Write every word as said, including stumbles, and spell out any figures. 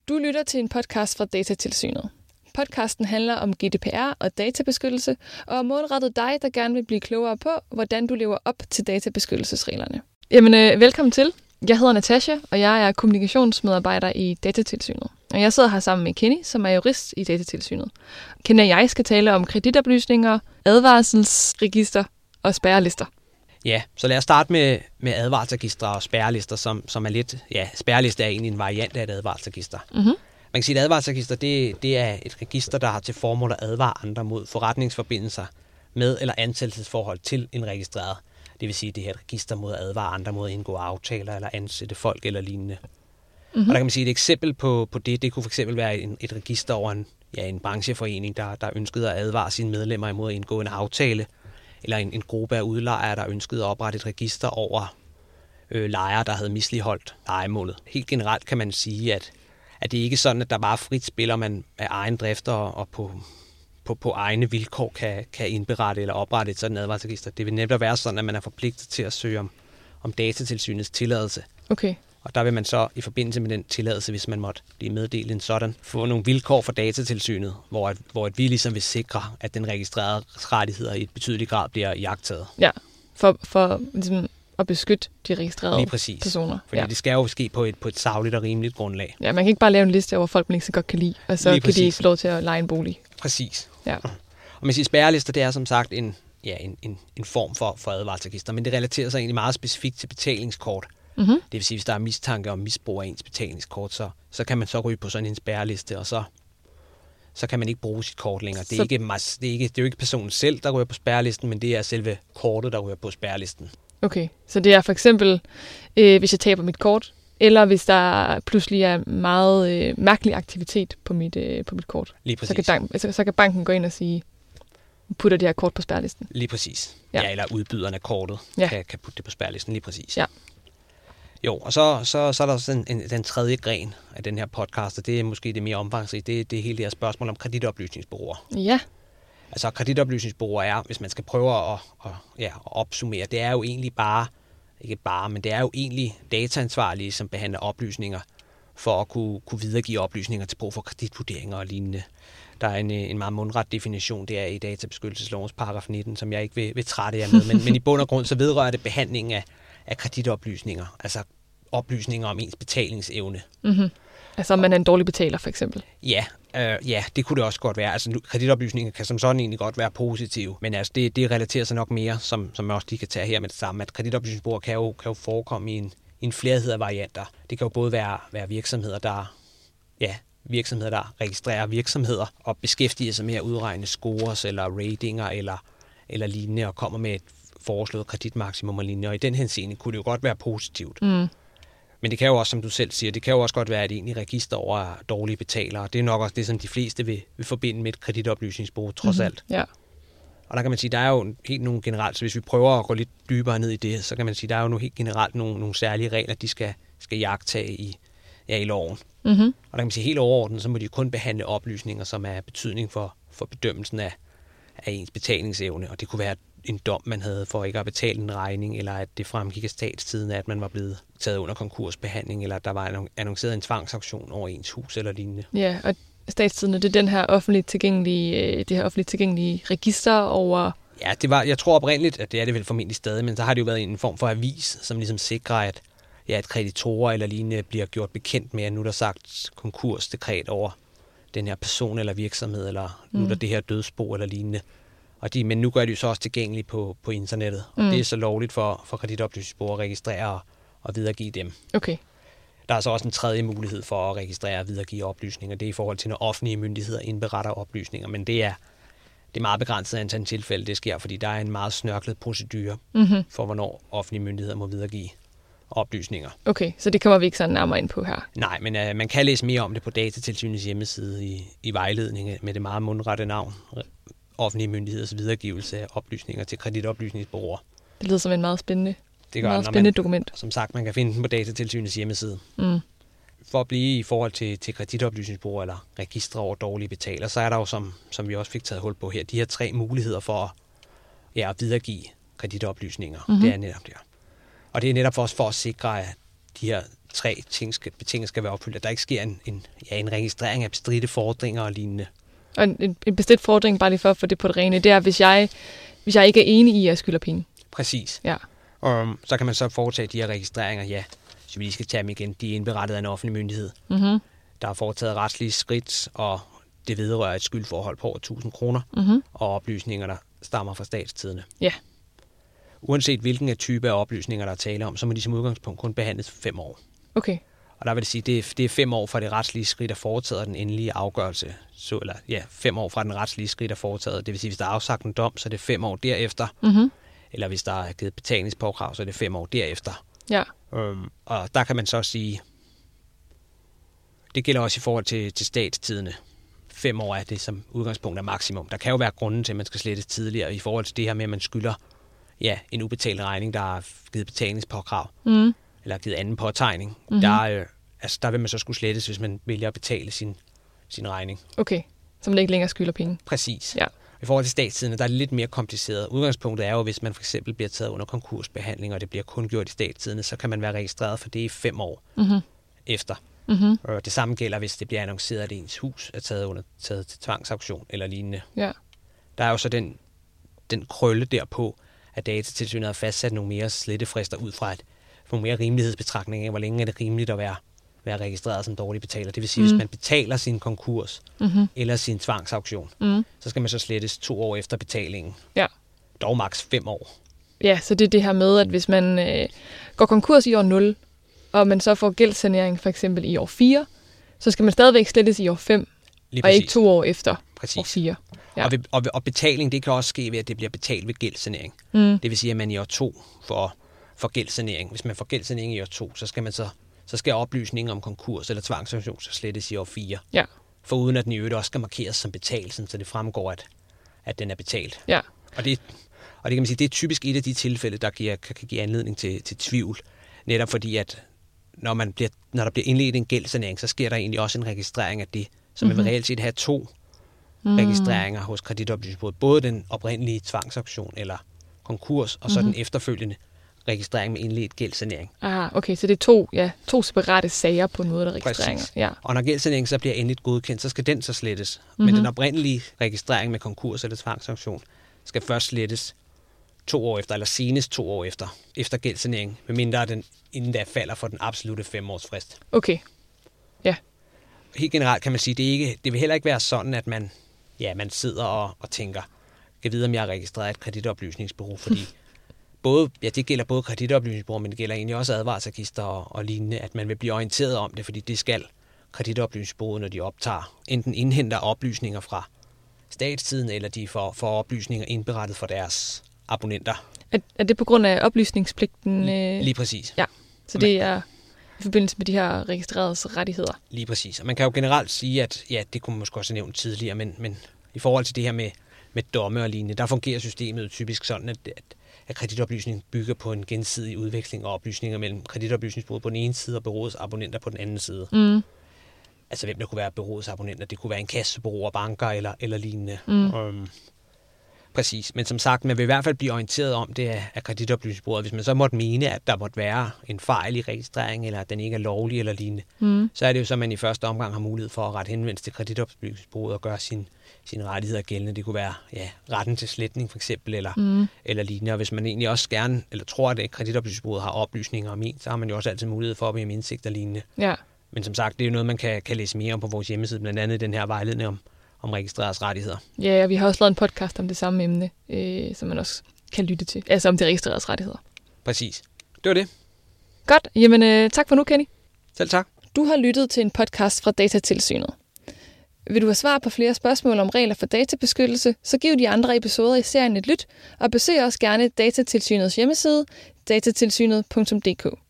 Du lytter til en podcast fra Datatilsynet. Podcasten handler om G D P R og databeskyttelse, og er målrettet dig, der gerne vil blive klogere på, hvordan du lever op til databeskyttelsesreglerne. Jamen, øh, velkommen til. Jeg hedder Natasha, og jeg er kommunikationsmedarbejder i Datatilsynet. Og jeg sidder her sammen med Kenny, som er jurist i Datatilsynet. Kenny og jeg skal tale om kreditoplysninger, advarselsregister og spærrelister. Ja, så lad os starte med, med advarselsregistre og spærrelister, som, som er lidt... Ja, spærrelister er egentlig en variant af et advarselsregister. Mm-hmm. Man kan sige, at et advarselsregister, det, det er et register, der har til formål at advare andre mod forretningsforbindelser med eller ansættelsesforhold til en registreret. Det vil sige, at det her et register mod at advare andre mod at indgå aftaler eller ansætte folk eller lignende. Mm-hmm. Og der kan man sige, at et eksempel på, på det, det kunne fx være en, et register over en, ja, en brancheforening, der, der ønskede at advare sine medlemmer imod at indgå en aftale, eller en, en gruppe af udlejere, der ønskede at oprette et register over øh, lejere, der havde misligholdt lejemålet. Helt generelt kan man sige, at, at det ikke er sådan, at der bare frit spiller man af egen drift og, og på, på, på egne vilkår kan, kan indberette eller oprette et sådan advarselsregister. Det vil netop være sådan, at man er forpligtet til at søge om, om Datatilsynets tilladelse. Okay. Og der vil man så i forbindelse med den tilladelse, hvis man måtte blive meddelt en sådan, få nogle vilkår for Datatilsynet, hvor, at, hvor at vi ligesom vil sikre, at den registrerede rettigheder i et betydeligt grad bliver iagttaget. Ja, for, for ligesom at beskytte de registrerede Lige præcis. Personer. Fordi ja. Det skal jo ske på et, på et sagligt og rimeligt grundlag. Ja, man kan ikke bare lave en liste over folk, man ikke så godt kan lide, og så kan de ikke få lov til at leje en bolig. Præcis. Ja. Og man siger, spærrelister, det er som sagt en, ja, en, en, en form for, for advarselsregister, men det relaterer sig egentlig meget specifikt til betalingskort. Mm-hmm. Det vil sige, hvis der er mistanke om misbrug af ens betalingskort, så, så kan man så ryge på sådan en spærreliste, og så, så kan man ikke bruge sit kort længere. Det er, ikke, det, er ikke, det er jo ikke personen selv, der ryger på spærrelisten, men det er selve kortet, der ryger på spærrelisten. Okay, så det er for eksempel, øh, hvis jeg taber mit kort, eller hvis der pludselig er meget øh, mærkelig aktivitet på mit, øh, på mit kort. Lige præcis. Så kan, så, så kan banken gå ind og sige, putter det her kort på spærrelisten. Lige præcis. Ja, ja eller udbyderen af kortet ja. kan, kan putte det på spærrelisten. Lige præcis. Ja. Jo, og så, så, så er der sådan en, den tredje gren af den her podcast, og det er måske det mere omfangsrige, det, det er hele det her spørgsmål om kreditoplysningsbureauer. Ja. Altså kreditoplysningsbureauer er, hvis man skal prøve at, at, ja, at opsummere, det er jo egentlig bare, ikke bare, men det er jo egentlig dataansvarlige, som behandler oplysninger for at kunne, kunne videregive oplysninger til brug for kreditvurderinger og lignende. Der er en, en meget mundret definition, det er i databeskyttelseslovens paragraf nitten, som jeg ikke vil, vil trætte jer med, men, men i bund og grund så vedrører det behandlingen af af kreditoplysninger, altså oplysninger om ens betalingsevne. Mm-hmm. Altså om man er en dårlig betaler, for eksempel? Ja, øh, ja, det kunne det også godt være. Altså kreditoplysninger kan som sådan egentlig godt være positive, men altså det, det relaterer sig nok mere, som, som jeg også lige kan tage her med det samme, at kreditoplysningsbureauer kan jo, kan jo forekomme i en, i en flerhed af varianter. Det kan jo både være, være virksomheder, der ja, virksomheder, der registrerer virksomheder og beskæftiger sig med at udregne scores eller ratinger eller, eller lignende og kommer med et foreslået kreditmaksimum og lignende, og i den henseende kunne det jo godt være positivt. Mm. Men det kan jo også, som du selv siger, det kan jo også godt være et egentlig register over dårlige betalere. Det er nok også det, som de fleste vil, vil forbinde med et kreditoplysningsbureau, trods mm-hmm. alt. Ja. Og der kan man sige, der er jo helt nogle generelt, så hvis vi prøver at gå lidt dybere ned i det, så kan man sige, der er jo nu helt generelt nogle, nogle særlige regler, de skal, skal jagtage i, ja, i loven. Mm-hmm. Og der kan man sige, helt overordnet, så må de kun behandle oplysninger, som er af betydning for, for bedømmelsen af, af ens betalingsevne, og det kunne være en dom, man havde for ikke at betale en regning, eller at det fremgik af statstiden, at man var blevet taget under konkursbehandling, eller at der var annonceret en tvangsauktion over ens hus eller lignende. Ja, og statstiden, det er den her offentligt tilgængelige, det her offentligt tilgængelige register over... Ja, det var, jeg tror oprindeligt, at det er det vel formentlig stadig, men så har det jo været en form for avis, som ligesom sikrer, at, ja, at kreditorer eller lignende bliver gjort bekendt med, at nu er der sagt konkursdekret over den her person eller virksomhed, eller nu er der det her dødsbo eller lignende. Og de, men nu gør de jo så også tilgængelige på, på internettet. Og mm. det er så lovligt for, for kreditoplysningsbureauer at registrere og, og videregive dem. Okay. Der er så også en tredje mulighed for at registrere og videregive oplysninger. Det er i forhold til, når offentlige myndigheder indberetter oplysninger. Men det er, det er meget begrænset antal tilfælde, det sker, fordi der er en meget snørklet procedure mm-hmm. for, hvornår offentlige myndigheder må videregive oplysninger. Okay, så det kommer vi ikke så nærmere ind på her. Nej, men uh, man kan læse mere om det på Datatilsynets hjemmeside i, i vejledningen med det meget mundrette navn. Offentlige myndigheders videregivelse af oplysninger til kreditoplysningsbureauer. Det lyder som en meget spændende, det gør, meget spændende man, dokument. Som sagt, man kan finde den på Datatilsynets hjemmeside. Mm. For at blive i forhold til, til kreditoplysningsbureauer eller registre over dårlige betaler, så er der jo, som, som vi også fik taget hul på her, de her tre muligheder for at, ja, at videregive kreditoplysninger. Mm-hmm. Det er netop det. Og det er netop for os for at sikre, at de her tre ting skal, betingelser skal være opfyldt. At der ikke sker en, en, ja, en registrering af bestridte fordringer og lignende. Og en, en bestemt fordring, bare lige for at få det på det rene, det er, hvis jeg, hvis jeg ikke er enig i, at jeg skylder penge. Præcis. Ja. Um, så kan man så foretage de her registreringer, ja, så vi lige skal tage dem igen. De er indberettet af en offentlig myndighed. Mm-hmm. Der er foretaget retslige skridt, og det vedrører et skyldforhold på over tusind kroner, mm-hmm. og oplysninger, der stammer fra Statstidende. Ja. Uanset hvilken af type af oplysninger, der er tale om, så må de som udgangspunkt kun behandles for fem år. Okay. Og der vil det sige, det er, det er fem år fra det retslige skridt er foretaget, og den endelige afgørelse. Så, eller ja, fem år fra den retslige skridt er foretaget. Det vil sige, hvis der er afsagt en dom, så er det fem år derefter. Mm-hmm. Eller hvis der er givet betalingspåkrav, så er det fem år derefter. Ja. Um, og der kan man så sige, det gælder også i forhold til, til Statstidende. Fem år er det som udgangspunkt er maksimum. Der kan jo være grunden til, at man skal slettes tidligere i forhold til det her med, at man skylder ja, en ubetalt regning, der er givet betalingspåkrav. Mm. Eller givet anden påtegning. Mm-hmm. Der, øh, altså, der vil man så skulle slettes, hvis man vælger at betale sin, sin regning. Okay, så man ikke længere skylder penge. Præcis. Ja. I forhold til Statstidende, der er det lidt mere kompliceret. Udgangspunktet er jo, hvis man for eksempel bliver taget under konkursbehandling, og det bliver kun gjort i Statstidende, så kan man være registreret for det i fem år mm-hmm. efter. Mm-hmm. Og det samme gælder, hvis det bliver annonceret, at ens hus er taget, under, taget til tvangsauktion eller lignende. Ja. Der er jo så den, den krølle derpå, at Datatilsynet har fastsat nogle mere slettefrister ud fra et nogle mere rimelighedsbetragtninger af, hvor længe er det rimeligt at være, være registreret som dårlig betaler. Det vil sige, mm. hvis man betaler sin konkurs mm-hmm. eller sin tvangsauktion, mm. så skal man så slettes to år efter betalingen. Ja. Dog maks fem år. Ja, så det er det her med, at hvis man øh, går konkurs i år nul, og man så får gældssanering for eksempel i år fire, så skal man stadigvæk slettes i år fem, og ikke to år efter præcis. År fire. Ja. Og, ved, og, og betaling, det kan også ske ved, at det bliver betalt ved gældssanering. Mm. Det vil sige, at man i år to får for gældssanering. Hvis man får gældssanering i år to, så skal man så, så skal oplysningen om konkurs eller tvangsauktion så slettes i år fire. Ja. For uden at den i øvrigt også skal markeres som betalt, så det fremgår, at, at den er betalt. Ja. Og, det, og det kan man sige, det er typisk et af de tilfælde, der giver, kan, kan give anledning til, til tvivl. Netop fordi, at når, man bliver, når der bliver indledt en gældssanering, så sker der egentlig også en registrering af det. Så man mm-hmm. vil reelt set have to mm. registreringer hos Kreditoplysningsbureauet. Både den oprindelige tvangsauktion eller konkurs, og så mm-hmm. den efterfølgende registrering med indledt gældssanering. Ah, okay, så det er to, ja, to separate sager på en måde, der registreringer. Ja. Og når gældssaneringen så bliver endeligt godkendt, så skal den så slettes. Mm-hmm. Men den oprindelige registrering med konkurs eller tvangsauktion skal først slettes to år efter, eller senest to år efter, efter gældssanering, medmindre den inden da falder for den absolute femårsfrist. Okay, ja. Helt generelt kan man sige, det, ikke, det vil heller ikke være sådan, at man, ja, man sidder og, og tænker, kan vide, om jeg har registreret et kreditoplysningsbureau, fordi både, ja, det gælder både kreditoplysningsbureau, men det gælder egentlig også advarselsregister og, og lignende, at man vil blive orienteret om det, fordi det skal kreditoplysningsbureauet, når de optager, enten indhenter oplysninger fra Statstidende, eller de får, får oplysninger indberettet for deres abonnenter. Er, er det på grund af oplysningspligten? Øh... Lige præcis. Ja, så det er i forbindelse med de her registrerede rettigheder. Lige præcis. Og man kan jo generelt sige, at ja, det kunne man måske også have nævnt tidligere, men, men i forhold til det her med, med domme og lignende, der fungerer systemet typisk sådan, at, at, at kreditoplysning bygger på en gensidig udveksling af oplysninger mellem kreditoplysningsbureauet på den ene side og bureauets abonnenter på den anden side. Mm. Altså hvem der kunne være bureauets abonnenter. Det kunne være en kassebureau og banker eller, eller lignende. Mm. Um, Præcis, men som sagt, man vil i hvert fald blive orienteret om det af kreditoplysningsbureauet. Hvis man så måtte mene, at der måtte være en fejl i registreringen, eller at den ikke er lovlig eller lignende, mm. så er det jo så, at man i første omgang har mulighed for at rette henvendelse til kreditoplysningsbureauet og gøre sin, sine rettigheder gældende. Det kunne være ja, retten til sletning for eksempel, eller, mm. eller lignende. Og hvis man egentlig også gerne, eller tror, at kreditoplysningsbureauet har oplysninger om en, så har man jo også altid mulighed for at bede om indsigt og lignende. Ja. Men som sagt, det er jo noget, man kan, kan læse mere om på vores hjemmeside, blandt andet den her vejledning om om registrerets rettigheder. Ja, og vi har også lavet en podcast om det samme emne, øh, som man også kan lytte til. Altså om det registrerets rettigheder. Præcis. Det var det. Godt. Jamen, øh, tak for nu, Kenny. Selv tak. Du har lyttet til en podcast fra Datatilsynet. Vil du have svar på flere spørgsmål om regler for databeskyttelse, så giv de andre episoder i serien et lyt, og besøg også gerne Datatilsynets hjemmeside, datatilsynet punktum d k.